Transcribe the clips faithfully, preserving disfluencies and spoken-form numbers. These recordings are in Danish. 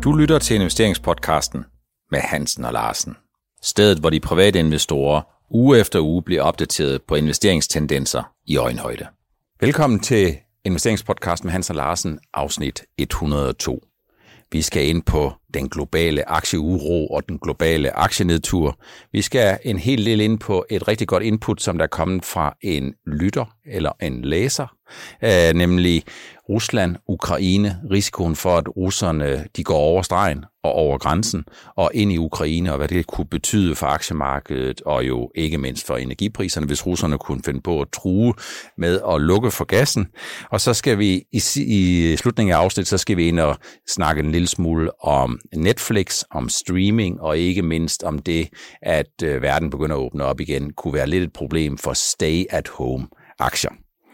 Du lytter til investeringspodcasten med Hansen og Larsen. Stedet, hvor de private investorer uge efter uge bliver opdateret på investeringstendenser i øjenhøjde. Velkommen til investeringspodcasten med Hansen og Larsen, afsnit et hundrede og to. Vi skal ind på den globale aktieuro og den globale aktienedtur. Vi skal en hel del ind på et rigtig godt input, som der er kommet fra en lytter eller en læser, øh, nemlig Rusland, Ukraine, risikoen for, at russerne de går over stregen og over grænsen og ind i Ukraine, og hvad det kunne betyde for aktiemarkedet og jo ikke mindst for energipriserne, hvis russerne kunne finde på at true med at lukke for gassen. Og så skal vi i, i slutningen af afsnit, så skal vi ind og snakke en lille smule om Netflix, om streaming og ikke mindst om det, at øh, verden begynder at åbne op igen, kunne være lidt et problem for stay-at-home aktier.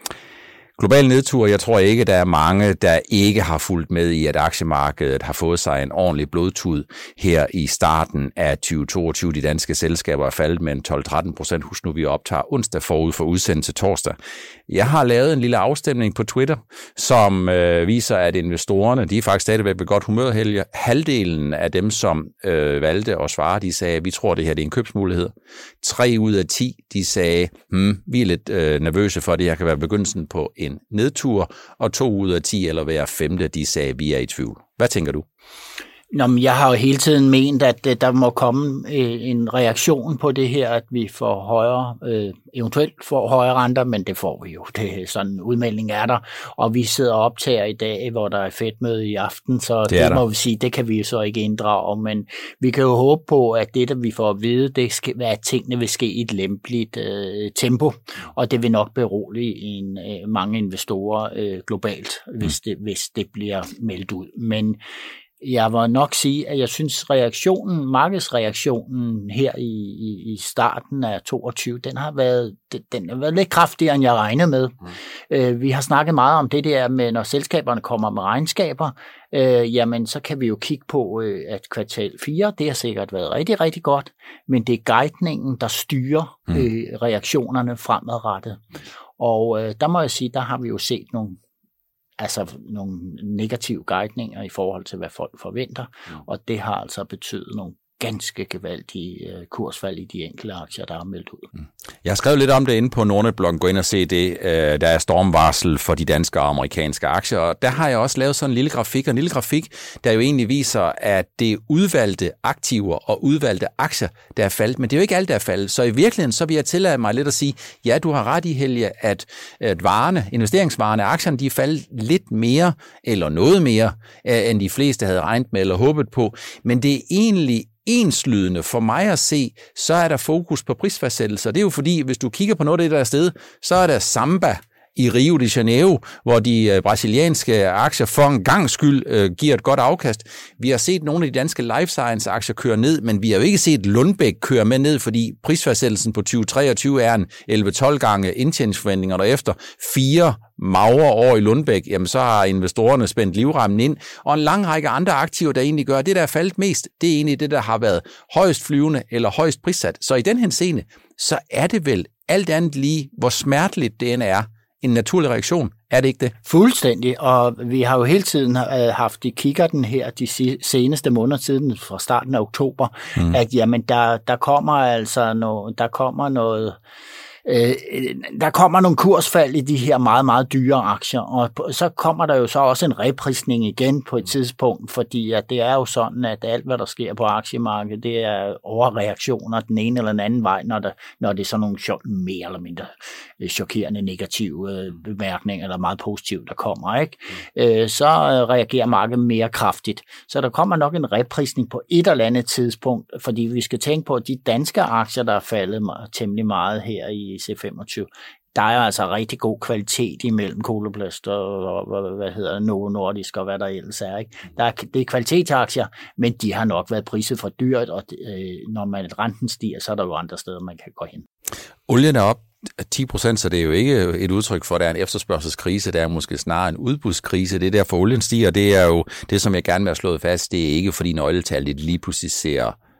Global nedtur, jeg tror ikke, der er mange, der ikke har fulgt med i, at aktiemarkedet har fået sig en ordentlig blodtud her i starten af tyve toogtyve. De danske selskaber er faldet med en tolv til tretten procent. Husk nu, vi optager onsdag forud for udsendelse torsdag. Jeg har lavet en lille afstemning på Twitter, som øh, viser, at investorerne, de er faktisk stadigvæk ved godt humør. Halvdelen af dem, som øh, valgte at svare, de sagde, at vi tror, det her det er en købsmulighed. Tre ud af ti, de sagde, hmm, vi er lidt øh, nervøse for, at det her kan være begyndelsen på en nedtur, og to ud af ti eller hver femte, de sagde, vi er i tvivl. Hvad tænker du? Nå, men jeg har jo hele tiden ment, at der må komme en reaktion på det her, at vi får højere, øh, eventuelt får højere renter, men det får vi jo. Det, sådan en udmelding er der, og vi sidder og optager i dag, hvor der er fedtmøde i aften, så det, det må vi sige, det kan vi jo så ikke inddrage, men vi kan jo håbe på, at det, der vi får at vide, det skal være, at tingene vil ske i et lempeligt øh, tempo, og det vil nok berolige en, øh, mange investorer øh, globalt, hvis det, hvis det bliver meldt ud. Men jeg vil nok sige, at jeg synes, reaktionen, markedsreaktionen her i, i, i starten af toogtyve, den har været, den har været lidt kraftigere, end jeg regnede med. Mm. Vi har snakket meget om det der med, når selskaberne kommer med regnskaber, øh, jamen så kan vi jo kigge på, at kvartal fire, det har sikkert været rigtig, rigtig godt, men det er guidningen, der styrer mm. øh, reaktionerne fremadrettet. Og øh, der må jeg sige, der har vi jo set nogle altså nogle negative guidninger i forhold til, hvad folk forventer, mm. og det har altså betydet nogle ganske gevaldige uh, kursfald i de enkelte aktier, der er meldt ud. Mm. Jeg har skrevet lidt om det inde på Nordnet-bloggen. Gå ind og se det. Uh, der er stormvarsel for de danske og amerikanske aktier, og der har jeg også lavet sådan en lille grafik, og en lille grafik, der jo egentlig viser, at det er udvalgte aktiver og udvalgte aktier, der er faldet, men det er jo ikke alt, der er faldet. Så i virkeligheden, så vil jeg tillade mig lidt at sige, ja, du har ret i, Helge, at, at varerne, investeringsvarerne, aktierne, de er faldet lidt mere, eller noget mere, uh, end de fleste havde regnet med eller håbet på, men det er egentlig enslydende for mig at se, så er der fokus på prisfastsættelser. Det er jo fordi, hvis du kigger på noget af det der er sted, så er der Samba i Rio de Janeiro, hvor de øh, brasilianske aktier for en gang skyld øh, giver et godt afkast. Vi har set nogle af de danske life science aktier køre ned, men vi har jo ikke set Lundbæk køre med ned, fordi prisfastsættelsen på tyve treogtyve er en elleve tolv gange indtjeningsforventninger, og efter fire magre år i Lundbæk, jamen så har investorerne spændt livremmen ind, og en lang række andre aktiver, der egentlig gør det, der er faldet mest, det er egentlig det, der har været højst flyvende eller højst prissat. Så i den henseende, så er det vel alt andet lige, hvor smerteligt det end er, en naturlig reaktion. Er det ikke det? Fuldstændig, og vi har jo hele tiden haft i kikkerten her de seneste måneder siden fra starten af oktober, mm. at jamen der, der kommer altså noget, der kommer noget Øh, der kommer nogle kursfald i de her meget, meget dyre aktier, og så kommer der jo så også en reprisning igen på et tidspunkt, fordi at det er jo sådan, at alt, hvad der sker på aktiemarkedet, det er overreaktioner den ene eller den anden vej, når, der, når det er sådan nogle mere eller mindre chokerende negative bemærkninger, eller meget positive, der kommer, ikke? Øh, så reagerer markedet mere kraftigt. Så der kommer nok en reprisning på et eller andet tidspunkt, fordi vi skal tænke på, at de danske aktier, der er faldet temmelig meget her i C femogtyve, der er altså rigtig god kvalitet imellem Coloplast og, og hvad hedder Novo Nordisk og hvad der ellers er, ikke? Der er, det er kvalitetsaktier, men de har nok været priset for dyrt, og øh, når man renten stiger, så er der jo andre steder, man kan gå hen. Olien er op ti procent, så det er jo ikke et udtryk for, at der er en efterspørgselskrise, der er måske snarere en udbudskrise. Det er derfor olien stiger, det er jo det, som jeg gerne vil have slået fast, det er ikke fordi nøgletallet lige pludselig ser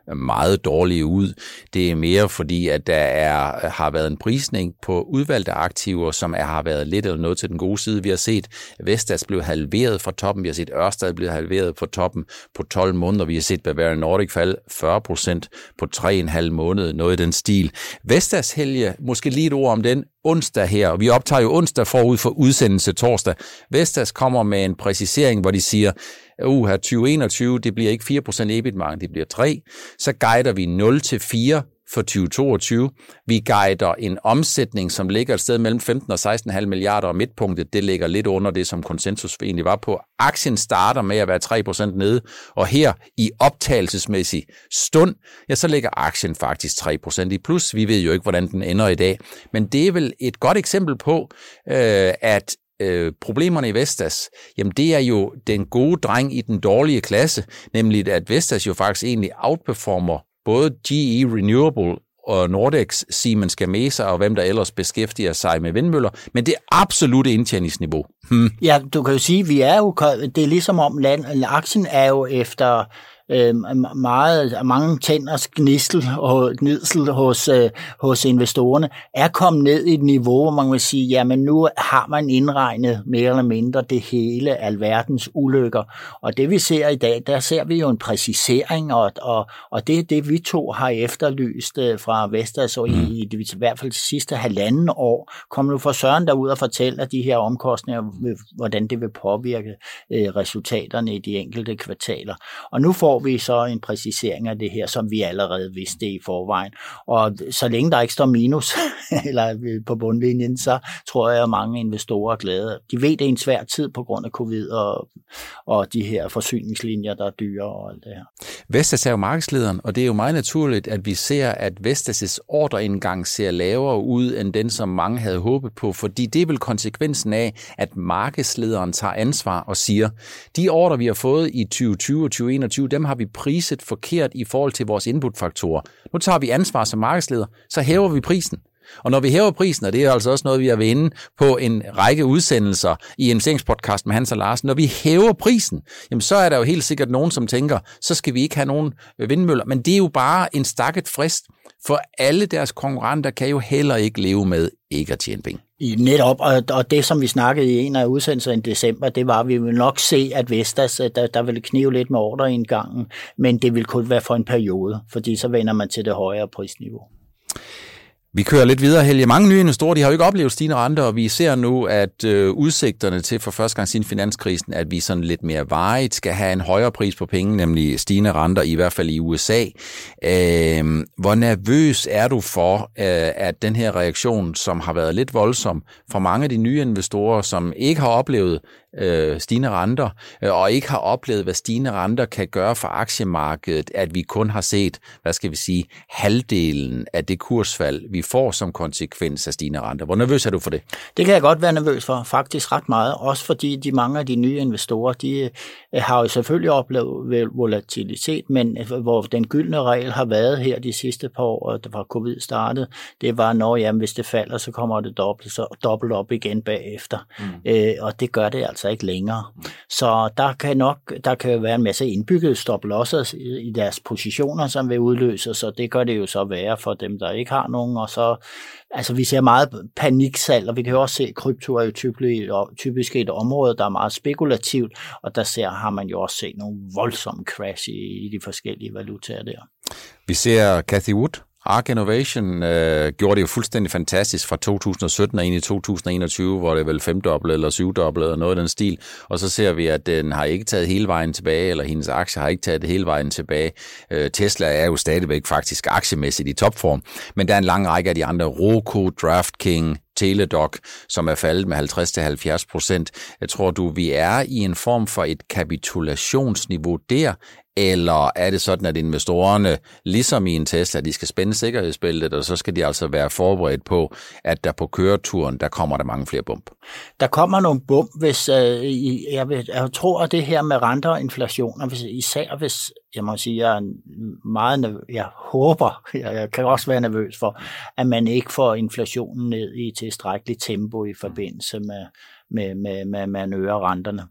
meget dårlige ud. Det er mere fordi, at der er, har været en prisning på udvalgte aktiver, som er, har været lidt eller noget til den gode side. Vi har set Vestas blev halveret fra toppen, vi har set Ørsted blive halveret fra toppen på tolv måneder, vi har set Bavarian Nordic falde fyrre procent på tre og en halv måned, noget i den stil. Vestas, Helge, måske lige et ord om den onsdag her, og vi optager jo onsdag forud for udsendelse torsdag. Vestas kommer med en præcisering, hvor de siger, uh, her tyve enogtyve, det bliver ikke fire procent E B I T-margin, det bliver tre. Så guider vi nul til fire for tyve toogtyve. Vi guider en omsætning, som ligger et sted mellem femten og seksten komma fem milliarder, og midtpunktet, det ligger lidt under det, som konsensus egentlig var på. Aktien starter med at være tre procent nede, og her i optagelsesmæssig stund, ja, så ligger aktien faktisk tre procent i plus. Vi ved jo ikke, hvordan den ender i dag, men det er vel et godt eksempel på, øh, at Øh, problemerne i Vestas, jamen det er jo den gode dreng i den dårlige klasse, nemlig at Vestas jo faktisk egentlig outperformer både G E Renewable og Nordex, Siemens Gamesa og hvem der ellers beskæftiger sig med vindmøller, men det er absolutte indtjeningsniveau. Hmm. Ja, du kan jo sige, vi er jo, det er ligesom om land, aktien er jo efter øh, meget, mange tænders gnistel og gnidsel hos, øh, hos investorerne, er kommet ned i et niveau, hvor man vil sige, jamen nu har man indregnet mere eller mindre det hele, alverdens ulykker. Og det vi ser i dag, der ser vi jo en præcisering, og, og, og det er det, vi to har efterlyst øh, fra Vestas, og i, i, i, i hvert fald de sidste halvanden år, kom nu for Søren derud og fortælle, at de her omkostninger, hvordan det vil påvirke øh, resultaterne i de enkelte kvartaler. Og nu får vi så en præcisering af det her, som vi allerede vidste i forvejen. Og så længe der ikke står minus eller på bundlinjen, så tror jeg, at mange investorer er glade. De ved, det er en svær tid på grund af covid og, og de her forsyningslinjer, der er dyre og alt det her. Vestas er jo markedslederen, og det er jo meget naturligt, at vi ser, at Vestas' ordreindgang ser lavere ud, end den, som mange havde håbet på, fordi det er vel konsekvensen af, at markedslederen tager ansvar og siger, de ordre, vi har fået i tyve tyve og tyve enogtyve, dem har vi priset forkert i forhold til vores inputfaktorer. Nu tager vi ansvar som markedsleder, så hæver vi prisen. Og når vi hæver prisen, og det er altså også noget, vi har været inde på en række udsendelser i investeringspodcast med Hans og Larsen, når vi hæver prisen, jamen så er der jo helt sikkert nogen, som tænker, så skal vi ikke have nogen vindmøller. Men det er jo bare en stakket frist, for alle deres konkurrenter kan jo heller ikke leve med ikke at tjene penge. Netop, og det som vi snakkede i en af udsendelserne i december, det var, at vi vil nok se, at Vestas, der, der ville knive lidt med ordreindgangen, men det vil kun være for en periode, fordi så vender man til det højere prisniveau. Vi kører lidt videre, Helge. Mange nye investorer, de har jo ikke oplevet stigende renter, og vi ser nu, at øh, udsigterne til for første gang siden finanskrisen, at vi sådan lidt mere varigt skal have en højere pris på penge, nemlig stigende renter, i hvert fald i U S A. Øh, hvor nervøs er du for, øh, at den her reaktion, som har været lidt voldsom for mange af de nye investorer, som ikke har oplevet øh, stigende renter, øh, og ikke har oplevet, hvad stigende renter kan gøre for aktiemarkedet, at vi kun har set, hvad skal vi sige, halvdelen af det kursfald, vi får som konsekvens af stigende renter. Hvor nervøs er du for det? Det kan jeg godt være nervøs for, faktisk ret meget. Også fordi de mange af de nye investorer, de har jo selvfølgelig oplevet volatilitet, men hvor den gyldne regel har været her de sidste par år, da var covid startet, det var, når jamen, hvis det falder, så kommer det dobbelt, så dobbelt op igen bagefter. Mm. Øh, og det gør det altså ikke længere. Mm. Så der kan nok, der kan være en masse indbygget stop-losses i, i deres positioner, som vil udløse, så det gør det jo så værre for dem, der ikke har nogen, og så, altså vi ser meget paniksalg, og vi kan jo også se, at krypto er jo typisk, typisk et område, der er meget spekulativt, og der ser, har man jo også set nogle voldsomme crash i, i de forskellige valutaer der. Vi ser Cathie Wood, Ark Innovation, øh, gjorde det jo fuldstændig fantastisk fra to tusind og sytten og ind i to tusind og enogtyve, hvor det vel femdoblet eller syvdoblet eller noget af den stil, og så ser vi, at den har ikke taget hele vejen tilbage, eller hendes aktier har ikke taget det hele vejen tilbage. Øh, Tesla er jo stadigvæk faktisk aktiemæssigt i topform, men der er en lang række af de andre, Roku, DraftKings, Teladoc, som er faldet med halvtreds til halvfjerds procent. Jeg tror du, vi er i en form for et kapitulationsniveau der, eller er det sådan, at investorerne, ligesom i en Tesla, de skal spænde sikkerhedsbæltet, og så skal de altså være forberedt på, at der på køreturen, der kommer der mange flere bump? Der kommer nogle bump, hvis øh, jeg, vil, jeg tror, at det her med renter og inflation, og hvis, især hvis, jeg må sige, jeg er meget nervøs, jeg håber, jeg, jeg kan også være nervøs for, at man ikke får inflationen ned i tilstrækkeligt tempo i forbindelse med med, med, med, med at øge renterne.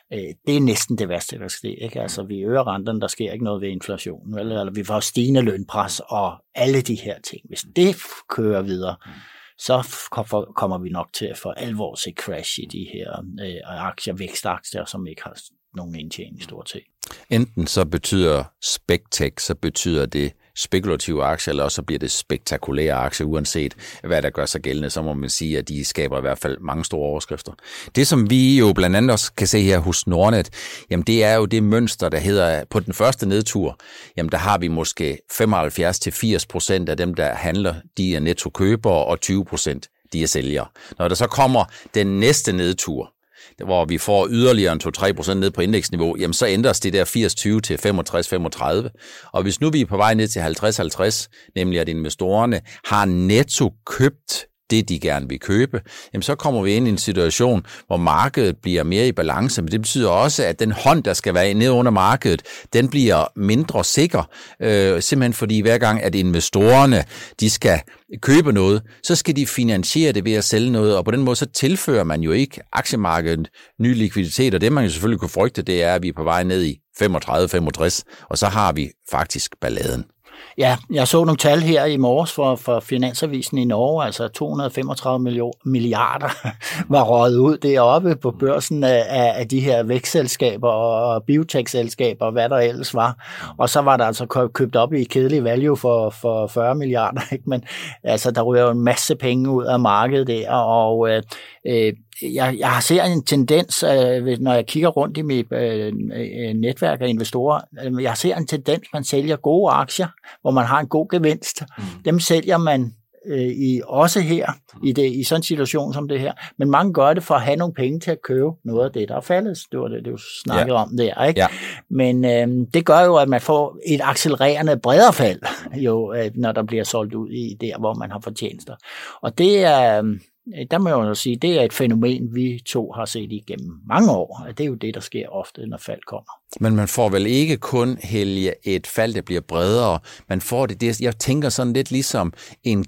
Det er næsten det værste, der sker. Ikke? Altså, vi øger renterne, der sker ikke noget ved inflationen, eller, eller vi får stigende lønpres og alle de her ting. Hvis det kører videre, så kommer vi nok til at få alvor se crash i de her øh, aktier, vækstaktier, som ikke har nogen indtjening stort set. Enten så betyder spectech, så betyder det spekulative aktier, eller så bliver det spektakulære aktier, uanset hvad der gør sig gældende, så må man sige, at de skaber i hvert fald mange store overskrifter. Det, som vi jo blandt andet også kan se her hos Nordnet, jamen det er jo det mønster, der hedder, på den første nedtur, jamen der har vi måske femoghalvfjerds til firs procent af dem, der handler, de er nettokøbere, og tyve procent de er sælgere. Når der så kommer den næste nedtur, hvor vi får yderligere en to til tre procent ned på indeksniveau, jamen så ændres det der firs tyve til femogtres femogtredive. Og hvis nu vi er på vej ned til halvtreds halvtreds, nemlig at investorerne har netto købt det, de gerne vil købe, jamen så kommer vi ind i en situation, hvor markedet bliver mere i balance, men det betyder også, at den hånd, der skal være nede under markedet, den bliver mindre sikker, øh, simpelthen fordi hver gang, at investorerne, de skal købe noget, så skal de finansiere det ved at sælge noget, og på den måde så tilfører man jo ikke aktiemarkedet ny likviditet, og det man jo selvfølgelig kunne frygte, det er, at vi er på vej ned i femogtredive femogtres, og så har vi faktisk balladen. Ja, jeg så nogle tal her i morges for, for Finansavisen i Norge, altså to hundrede og femogtredive milliarder var røget ud deroppe på børsen af, af de her vækstselskaber og biotech-selskaber og hvad der ellers var. Og så var der altså købt op i kedelig value for, for fyrre milliarder, ikke? Men altså, der ryger jo en masse penge ud af markedet der, og øh, øh, Jeg, jeg ser en tendens, øh, når jeg kigger rundt i mit øh, netværk af investorer, øh, jeg ser en tendens, man sælger gode aktier, hvor man har en god gevinst. Mm. Dem sælger man øh, i, også her, i, det, i sådan en situation som det her. Men mange gør det for at have nogle penge til at købe noget af det, der er faldet. Det var det, det du snakkede ja. om der, ikke? Ja. Men øh, det gør jo, at man får et accelererende bredere fald, jo, øh, når der bliver solgt ud i der, hvor man har fortjenester. Og det er... Øh, Der må jeg jo sige, det er et fænomen, vi to har set igennem mange år. Det er jo det, der sker ofte, når fald kommer. Men man får vel ikke kun, Helge, et fald, der bliver bredere. Man får det, det jeg tænker sådan lidt ligesom en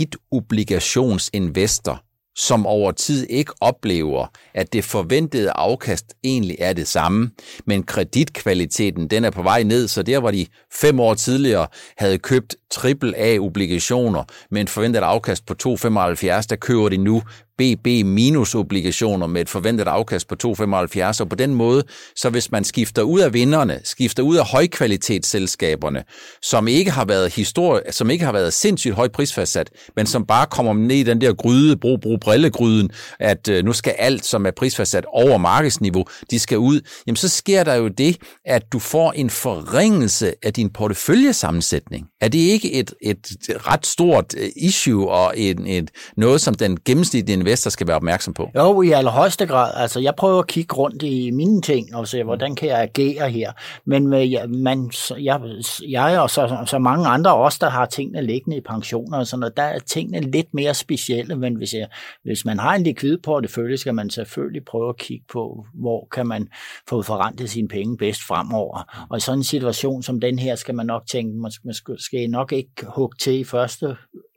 kreditobligationsinvestor, som over tid ikke oplever, at det forventede afkast egentlig er det samme, men kreditkvaliteten, den er på vej ned, så der hvor de fem år tidligere havde købt triple A-obligationer med en forventet afkast på to komma femoghalvfjerds, der køber de nu B B-obligationer med et forventet afkast på to komma femoghalvfjerds, og på den måde, så hvis man skifter ud af vinderne, skifter ud af højkvalitetsselskaberne, som ikke har været historie, som ikke har været sindssygt højt prisfastsat, men som bare kommer ned i den der gryde, brug, brug brillegryden, at øh, nu skal alt, som er prisfastsat over markedsniveau, de skal ud, jamen så sker der jo det, at du får en forringelse af din porteføljesammensætning. Er det ikke et, et ret stort issue og et, et, noget, som den gennemsnitlige investor skal være opmærksom på? Jo, i allerhøjeste grad. Altså, jeg prøver at kigge rundt i mine ting og se, hvordan kan jeg agere her. Men med, man, jeg, jeg og så, så mange andre også, der har tingene liggende i pensioner og sådan noget, der er tingene lidt mere specielle, men hvis, jeg, hvis man har en likvid portefølje, skal man selvfølgelig prøve at kigge på, hvor kan man få forrentet sine penge bedst fremover. Og i sådan en situation som den her, skal man nok tænke, man skal nok ikke hugge til i første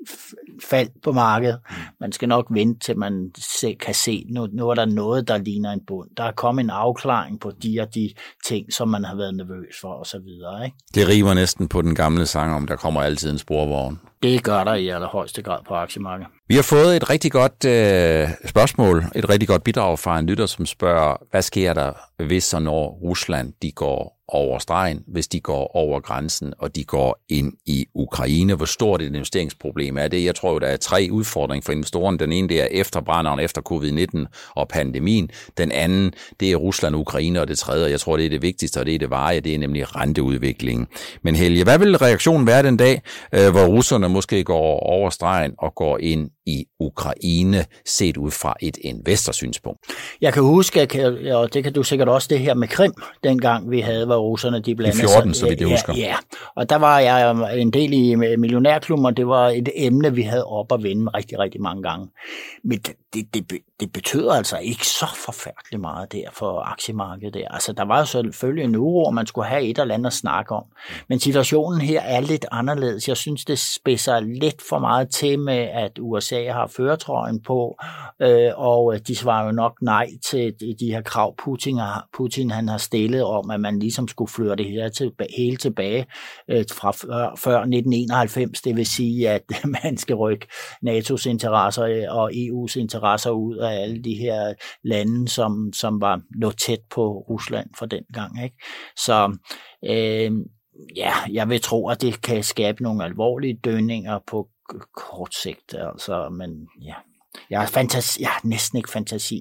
fald på markedet. Man skal nok vente, til man se, kan se, nu, nu er der noget, der ligner en bund. Der er kommet en afklaring på de og de ting, som man har været nervøs for, og så videre. Ikke? Det river næsten på den gamle sang om, der kommer altid en sporvogn. Det gør der i allerhøjeste grad på aktiemarkedet. Vi har fået et rigtig godt øh, spørgsmål, et rigtig godt bidrag fra en lytter, som spørger, hvad sker der, hvis og når Rusland de går over stregen, hvis de går over grænsen, og de går ind i Ukraine? Hvor stort et investeringsproblem er det? Jeg tror jo, der er tre udfordringer for investorerne. Den ene, det er efter brænderen, efter covid nitten og pandemien. Den anden, det er Rusland og Ukraine, og det tredje, jeg tror, det er det vigtigste, og det er det varige, det er nemlig renteudviklingen. Men Helge, hvad vil reaktionen være den dag, øh, hvor russerne måske går over stregen og går ind i Ukraine, set ud fra et investorsynspunkt? Jeg kan huske, og det kan du sikkert også, det her med Krim, dengang vi havde, hvor russerne de blandede sig. I fjorten, så vidt jeg husker. Ja, ja, og der var jeg en del i millionærklubben, og det var et emne, vi havde op at vende rigtig, rigtig mange gange. Men det, det, det betyder altså ikke så forfærdeligt meget der for aktiemarkedet der. Altså, der var jo selvfølgelig en uro, man skulle have et eller andet at snakke om. Men situationen her er lidt anderledes. Jeg synes, det spidser lidt for meget til med, at U S A har førertrøjen på, øh, og de svarer jo nok nej til de her krav, Putin, har, Putin han har stillet om, at man ligesom skulle flytte det her tilbage, hele tilbage øh, fra før, før nitten enoghalvfems. Det vil sige, at man skal rykke NATO's interesser og E U's interesser ud af alle de her lande, som, som var lå tæt på Rusland for den gang, ikke? Så øh, ja, jeg vil tro, at det kan skabe nogle alvorlige dønninger på kort sigt, altså, men ja, jeg har, fantasi, jeg har næsten ikke fantasi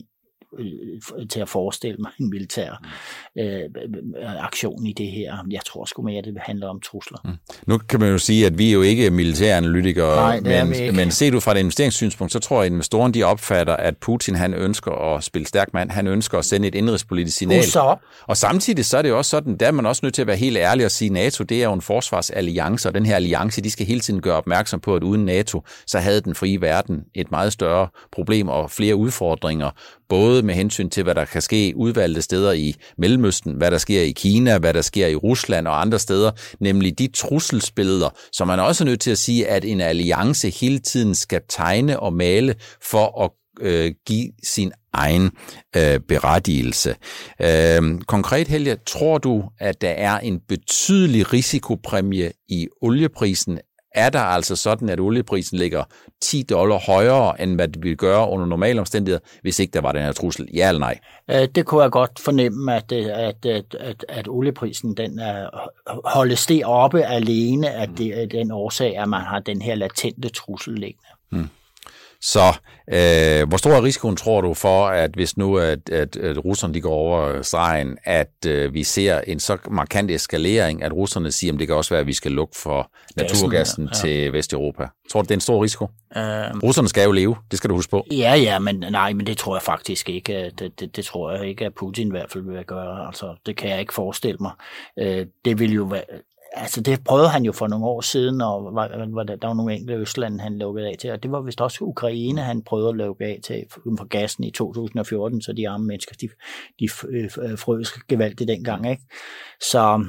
til at forestille mig en militær øh, aktion i det her. Jeg tror sgu mere, at det handler om trusler. Mm. Nu kan man jo sige, at vi er jo ikke militæranalytikere, Nej, men, ikke. men set ud fra et investeringssynspunkt, så tror jeg, at investoren de opfatter, at Putin han ønsker at spille stærk mand, han ønsker at sende et indrigspolitisk signal. Og samtidig så er det jo også sådan, der er man også nødt til at være helt ærlig og sige, at NATO det er jo en forsvarsalliance, og den her alliance, de skal hele tiden gøre opmærksom på, at uden NATO, så havde den frie verden et meget større problem og flere udfordringer, både med hensyn til, hvad der kan ske udvalgte steder i Mellemøsten, hvad der sker i Kina, hvad der sker i Rusland og andre steder, nemlig de trusselsbilleder, som man også er nødt til at sige, at en alliance hele tiden skal tegne og male for at øh, give sin egen øh, berettigelse. Øh, konkret, Helge, tror du, at der er en betydelig risikopræmie i olieprisen? Er der altså sådan, at olieprisen ligger ti dollar højere, end hvad det ville gøre under normale omstændigheder, hvis ikke der var den her trussel? Ja eller nej? Det kunne jeg godt fornemme, at, at, at, at, at olieprisen den er, holdes det oppe alene, at det er den årsag, at man har den her latente trussel liggende. Hmm. Så øh, hvor stor er risikoen, tror du, for, at hvis nu at, at, at russerne de går over stregen, at øh, vi ser en så markant eskalering, at russerne siger, at det kan også være, at vi skal lukke for naturgassen ja. til Vesteuropa? Tror du, det er en stor risiko? Øh, russerne skal jo leve, det skal du huske på. Ja, ja, men nej, men det tror jeg faktisk ikke. Det, det, det tror jeg ikke, at Putin i hvert fald vil gøre. Altså, det kan jeg ikke forestille mig. Øh, det vil jo være... Altså det prøvede han jo for nogle år siden, og var, var der, der var nogle enkelte Østlande, han lukkede af til, og det var vist også Ukraine, han prøvede at lukke af til for gassen i to tusind og fjorten, så de arme mennesker, de, de frøs gevaldigt dengang, ikke? Så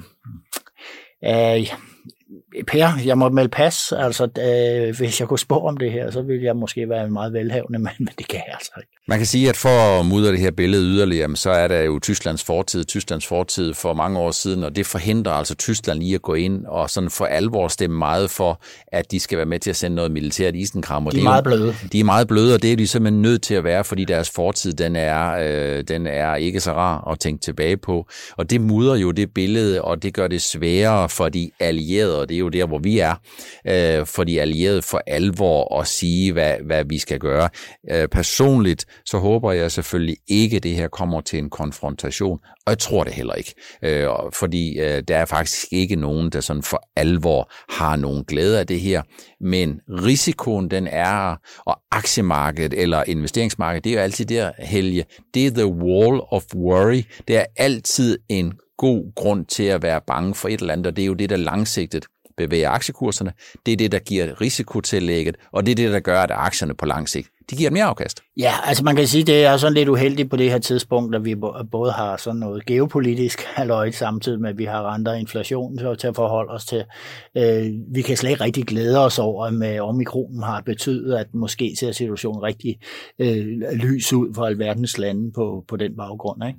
øh, Per, jeg må melde pas, altså øh, hvis jeg kunne spå om det her, så ville jeg måske være en meget velhavende mand, men det kan jeg altså ikke. Man kan sige, at for at mudre det her billede yderligere, så er der jo Tysklands fortid, Tysklands fortid for mange år siden, og det forhindrer altså Tyskland i at gå ind og sådan for alvor stemme meget for, at de skal være med til at sende noget militært isenkram. De er meget bløde. De er meget bløde, og det er de simpelthen nødt til at være, fordi deres fortid, den er, øh, den er ikke så rar at tænke tilbage på. Og det mudrer jo det billede, og det gør det sværere for de allierede, og det er jo der, hvor vi er, øh, for de allierede for alvor at sige, hvad, hvad vi skal gøre. Øh, personligt, så håber jeg selvfølgelig ikke, at det her kommer til en konfrontation, og jeg tror det heller ikke, øh, fordi øh, der er faktisk ikke nogen, der sådan for alvor har nogen glæde af det her, men risikoen den er, og aktiemarkedet eller investeringsmarkedet, det er jo altid der, Helge, det er the wall of worry, det er altid en god grund til at være bange for et eller andet, og det er jo det, der langsigtet bevæger aktiekurserne, det er det, der giver risikotillægget, og det er det, der gør, at aktierne på lang sigt, de giver et mere afkast. Ja, altså man kan sige, det er sådan lidt uheldigt på det her tidspunkt, at vi både har sådan noget geopolitisk halløj samtidig med, at vi har renter og inflation til at forholde os til. Vi kan slet ikke rigtig glæde os over, at med omikronen har betydet, at måske ser situationen rigtig øh, lys ud for alverdens lande på, på den baggrund, ikke?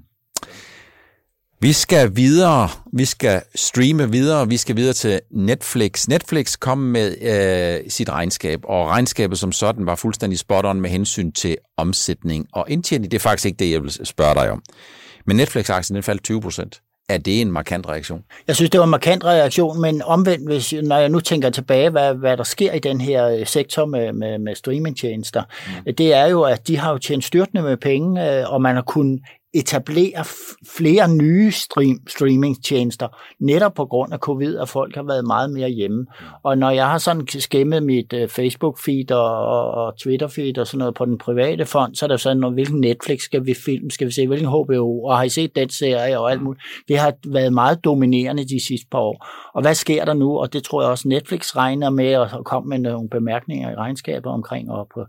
Vi skal videre, vi skal streame videre, vi skal videre til Netflix. Netflix kom med øh, sit regnskab, og regnskabet som sådan var fuldstændig spot on med hensyn til omsætning og indtjening. Det er faktisk ikke det, jeg vil spørge dig om. Men Netflix-aktien, den faldt tyve procent. Er det en markant reaktion? Jeg synes, det var en markant reaktion, men omvendt, hvis, når jeg nu tænker tilbage, hvad, hvad der sker i den her sektor med, med, med streamingtjenester, mm. det er jo, at de har jo tjent styrtende med penge, og man har kunnet etablere flere nye stream, streamingtjenester, netop på grund af covid, at folk har været meget mere hjemme. Og når jeg har sådan skæmmet mit uh, Facebook-feed og, og, og Twitter-feed og sådan noget på den private fond, så er der sådan noget, hvilken Netflix skal vi filme, skal vi se, hvilken H B O, og har I set den serie og alt muligt. Det har været meget dominerende de sidste par år. Og hvad sker der nu? Og det tror jeg også Netflix regner med, og komme med nogle bemærkninger i regnskabet omkring og på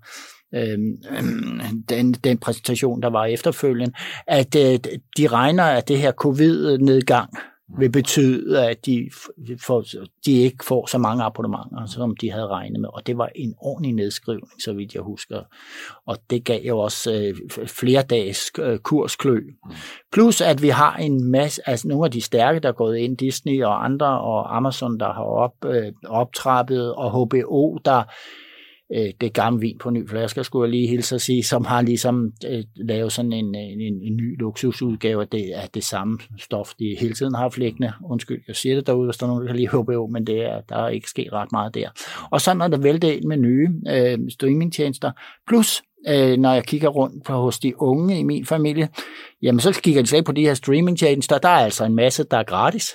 Den, den præsentation, der var efterfølgende, at de regner, at det her covid-nedgang vil betyde, at de, får, de ikke får så mange abonnementer, som de havde regnet med. Og det var en ordentlig nedskrivning, så vidt jeg husker. Og det gav jo også øh, flere dages øh, kursklø. Plus, at vi har en masse, altså nogle af de stærke, der er gået ind, Disney og andre, og Amazon, der har op, øh, optrappet, og H B O, der det er gammel vin på ny flaske, skulle jeg lige hilse at sige, som har ligesom øh, lavet sådan en, en, en ny luksusudgave af det, af det samme stof, de hele tiden har haft liggende. Undskyld, jeg siger det derude, hvis der er nogen, der kan lide H B O, men det er, der er ikke sket ret meget der. Og sådan er der væltet ind med nye øh, streamingtjenester. Plus, øh, når jeg kigger rundt på hos de unge i min familie, jamen så kigger de slet på de her streamingtjenester. Der er altså en masse, der er gratis.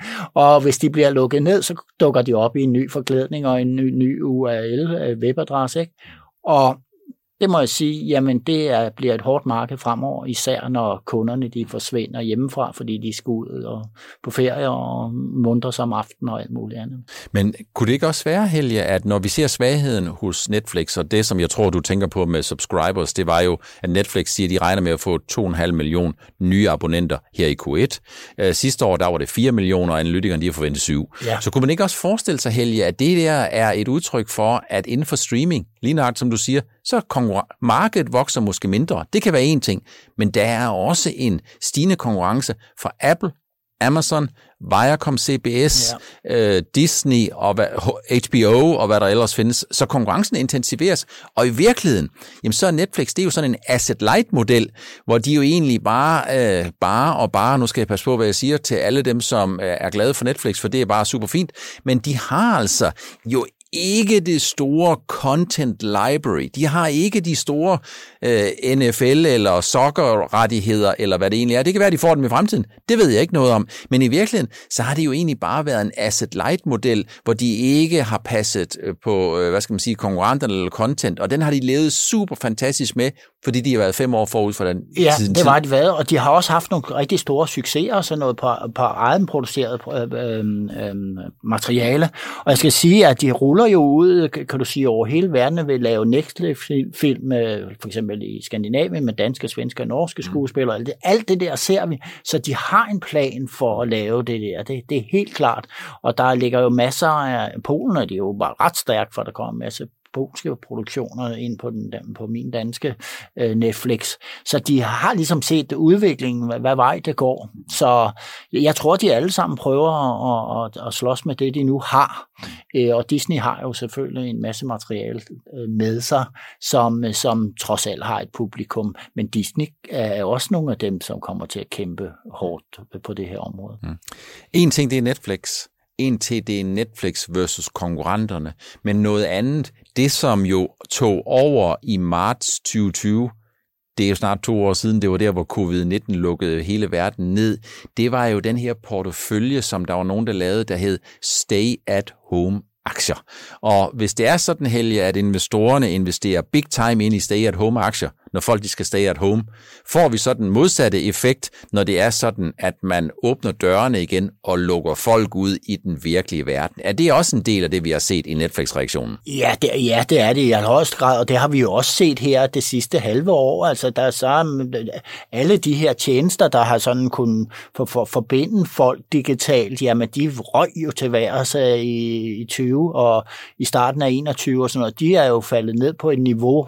Og hvis de bliver lukket ned, så dukker de op i en ny forklædning og en ny, ny U R L webadresse. Ikke? Og det må jeg sige, jamen det er, bliver et hårdt marked fremover, især når kunderne de forsvinder hjemmefra, fordi de skal ud og på ferie og muntre sig om aftenen og alt muligt andet. Men kunne det ikke også være, Helge, at når vi ser svagheden hos Netflix, og det som jeg tror, du tænker på med subscribers, det var jo, at Netflix siger, at de regner med at få to komma fem million nye abonnenter her i Q et. Sidste år, der var det fire millioner, og analytikerne de har forventet syv. Ja. Så kunne man ikke også forestille sig, Helge, at det der er et udtryk for, at inden for streaming, lige nøjagtigt som du siger, så markedet vokser måske mindre. Det kan være en ting, men der er også en stigende konkurrence fra Apple, Amazon, Viacom, C B S, ja. øh, Disney og H B O og hvad der ellers findes. Så konkurrencen intensiveres, og i virkeligheden, jamen så er Netflix, det er jo sådan en asset-light-model, hvor de jo egentlig bare, øh, bare og bare, nu skal jeg passe på, hvad jeg siger til alle dem, som er glade for Netflix, for det er bare super fint, men de har altså jo ikke det store content library. De har ikke de store øh, N F L eller soccer-rettigheder, eller hvad det egentlig er. Det kan være, at de får dem i fremtiden. Det ved jeg ikke noget om. Men i virkeligheden, så har det jo egentlig bare været en asset-light-model, hvor de ikke har passet på, øh, hvad skal man sige, konkurrenterne eller content, og den har de levet super fantastisk med, fordi de har været fem år forud for den ja, tiden. Ja, det var de været, og de har også haft nogle rigtig store succeser og sådan noget på, på eget produceret øh, øh, øh, materiale. Og jeg skal sige, at de ruller jo ud, kan du sige, over hele verden ved at lave Netflix-film, for eksempel i Skandinavien med danske, svenske og norske skuespillere. Alt det, alt det der ser vi, så de har en plan for at lave det der. Det, det er helt klart. Og der ligger jo masser af Polen, og de er jo bare ret stærkt, for der kommer en masse polske produktioner ind på, den, på min danske øh, Netflix. Så de har ligesom set udviklingen, hvad, hvad vej det går. Så jeg tror, de alle sammen prøver at, at, at slås med det, de nu har. Øh, og Disney har jo selvfølgelig en masse materiale øh, med sig, som, som trods alt har et publikum. Men Disney er også nogle af dem, som kommer til at kæmpe hårdt på det her område. Mm. En ting, det er Netflix. En til det er Netflix versus konkurrenterne, men noget andet, det som jo tog over i marts tyve tyve, det er jo snart to år siden, det var der, hvor covid nitten lukkede hele verden ned, det var jo den her portefølje, som der var nogen, der lavede, der hed Stay at Home aktier. Og hvis det er sådan, Helge, at investorerne investerer big time ind i stay at home aktier, når folk de skal stay at home, får vi så den modsatte effekt, når det er sådan, at man åbner dørene igen og lukker folk ud i den virkelige verden. Er det også en del af det, vi har set i Netflix-reaktionen? Ja, det, ja, det er det i allerhøjeste grad, og det har vi jo også set her det sidste halve år. Altså, der er så alle de her tjenester, der har sådan kunnet for, for, forbinde folk digitalt, jamen de røg jo til værs i, i tyve og i starten af enogtyve og sådan noget. De er jo faldet ned på et niveau,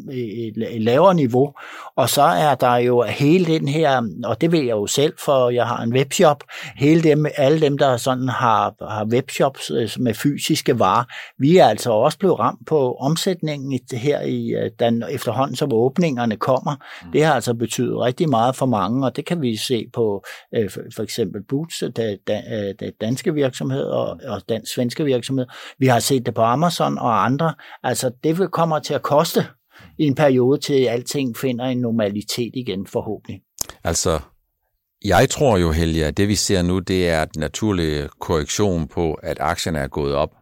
et lavere niveau, og så er der jo hele den her, og det ved jeg jo selv, for jeg har en webshop, hele dem, alle dem, der sådan har, har webshops med fysiske varer, vi er altså også blevet ramt på omsætningen her i den, efterhånden, som åbningerne kommer. Det har altså betydet rigtig meget for mange, og det kan vi se på for eksempel Boots, der danske virksomheder og dansk svenske virksomheder. Vi har set det på Amazon og andre. Altså, det kommer til at koste i en periode, til alting finder en normalitet igen, forhåbentlig. Altså, jeg tror jo, Helge, at det vi ser nu, det er en naturlig korrektion på, at aktierne er gået op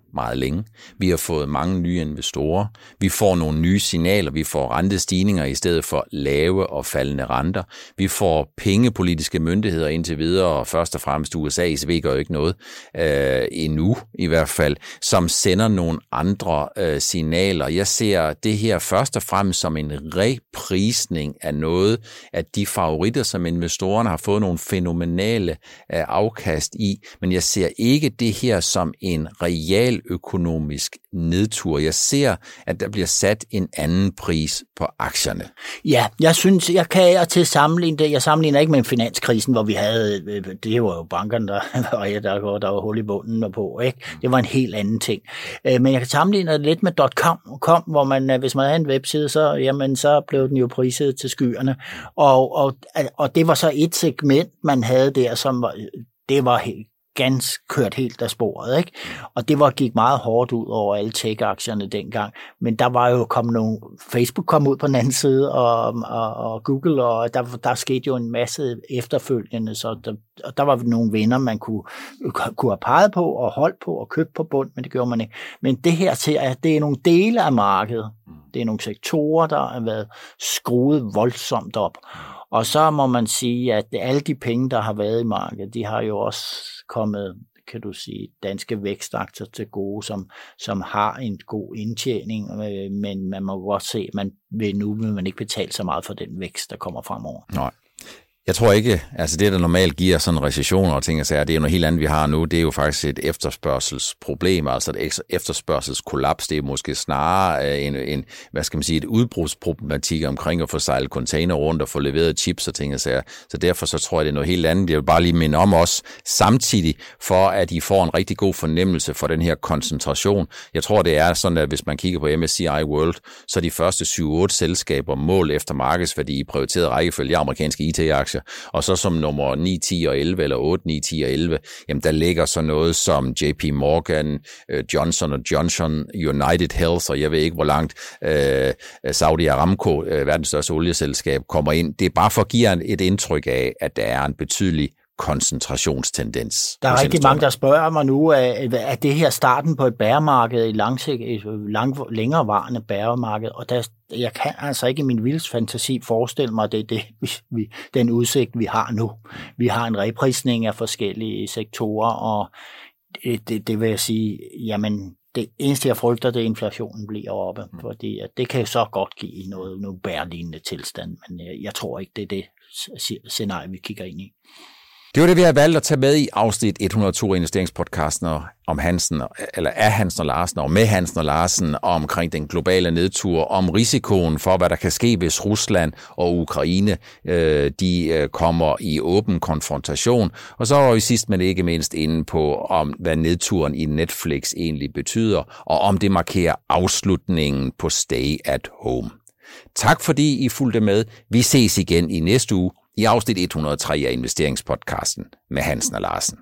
meget længe. Vi har fået mange nye investorer. Vi får nogle nye signaler. Vi får rentestigninger i stedet for lave og faldende renter. Vi får pengepolitiske myndigheder indtil videre, og først og fremmest U S A, E C B gør jo ikke noget øh, endnu i hvert fald, som sender nogle andre øh, signaler. Jeg ser det her først og fremmest som en reprisning af noget af de favoritter, som investorerne har fået nogle fænomenale øh, afkast i, men jeg ser ikke det her som en real økonomisk nedtur. Jeg ser, at der bliver sat en anden pris på aktierne. Ja, jeg synes, jeg kan til sammenligne det. Jeg sammenligner ikke med finanskrisen, hvor vi havde, det var jo bankerne, der, der, var, der var hul i bunden på, ikke? Det var en helt anden ting. Men jeg kan sammenligne det lidt med .com, hvor man, hvis man havde en webside, så, jamen, så blev den jo priset til skyerne. Og, og, og det var så et segment, man havde der, som var, det var helt ganske kørt helt af sporet, ikke? Og det var gik meget hårdt ud over alle tech-aktierne dengang, men der var jo kommet nogle, Facebook kom ud på den anden side, og, og, og Google, og der, der skete jo en masse efterfølgende, så der, der var nogle vinder, man kunne, kunne have peget på, og holdt på, og købt på bund, men det gjorde man ikke. Men det her til, at det er nogle dele af markedet, det er nogle sektorer, der har været skruet voldsomt op. Og så må man sige, at alle de penge, der har været i markedet, de har jo også kommet, kan du sige, danske vækstaktier til gode, som, som har en god indtjening, men man må godt se, at man vil nu vil man ikke betale så meget for den vækst, der kommer fremover. Nej. Jeg tror ikke, altså det, der normalt giver sådan recessioner og ting, altså det er jo noget helt andet, vi har nu. Det er jo faktisk et efterspørgselsproblem, altså et efterspørgselskollaps. Det er måske snarere en, en hvad skal man sige, et udbrudsproblematik omkring at få sejlet container rundt og få leveret chips og ting og sager. Så derfor så tror jeg, det er noget helt andet. Jeg vil bare lige minde om os samtidig, for at I får en rigtig god fornemmelse for den her koncentration. Jeg tror, det er sådan, at hvis man kigger på M S C I World, så er de første syv otte selskaber mål efter markedsværdi i prioriteret rækkefølge amerikanske I T-aktier. Og så som nummer ni, ti og elleve, eller otte, ni, ti og elleve, jamen der ligger så noget som J P Morgan, Johnson and Johnson, United Health, og jeg ved ikke, hvor langt øh, Saudi Aramco, øh, verdens største olieselskab, kommer ind. Det er bare for at give et indtryk af, at der er en betydelig koncentrationstendens. Der er rigtig mange, der spørger mig nu, at det her starten på et bæremarked, et, langsigt, et lang, længerevarende bæremarked, og der, jeg kan altså ikke i min vildeste fantasi forestille mig, at det er det, vi, den udsigt, vi har nu. Vi har en reprisning af forskellige sektorer, og det, det, det vil jeg sige, jamen, det eneste, jeg frygter, det er, at inflationen bliver oppe, fordi at det kan så godt give noget, noget bærelignende tilstand, men jeg, jeg tror ikke, det er det scenarie, vi kigger ind i. Det var det, vi har valgt at tage med i afsnit et hundrede og to investeringspodcasten om Hansen, eller af Hansen og Larsen, og med Hansen og Larsen, omkring den globale nedtur, om risikoen for, hvad der kan ske, hvis Rusland og Ukraine øh, de kommer i åben konfrontation. Og så var vi sidst, men ikke mindst, inde på, om hvad nedturen i Netflix egentlig betyder, og om det markerer afslutningen på Stay at Home. Tak fordi I fulgte med. Vi ses igen i næste uge i afsnit et hundrede og tre af investeringspodcasten med Hansen og Larsen.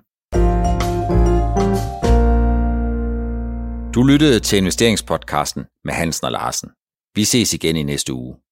Du lyttede til investeringspodcasten med Hansen og Larsen. Vi ses igen i næste uge.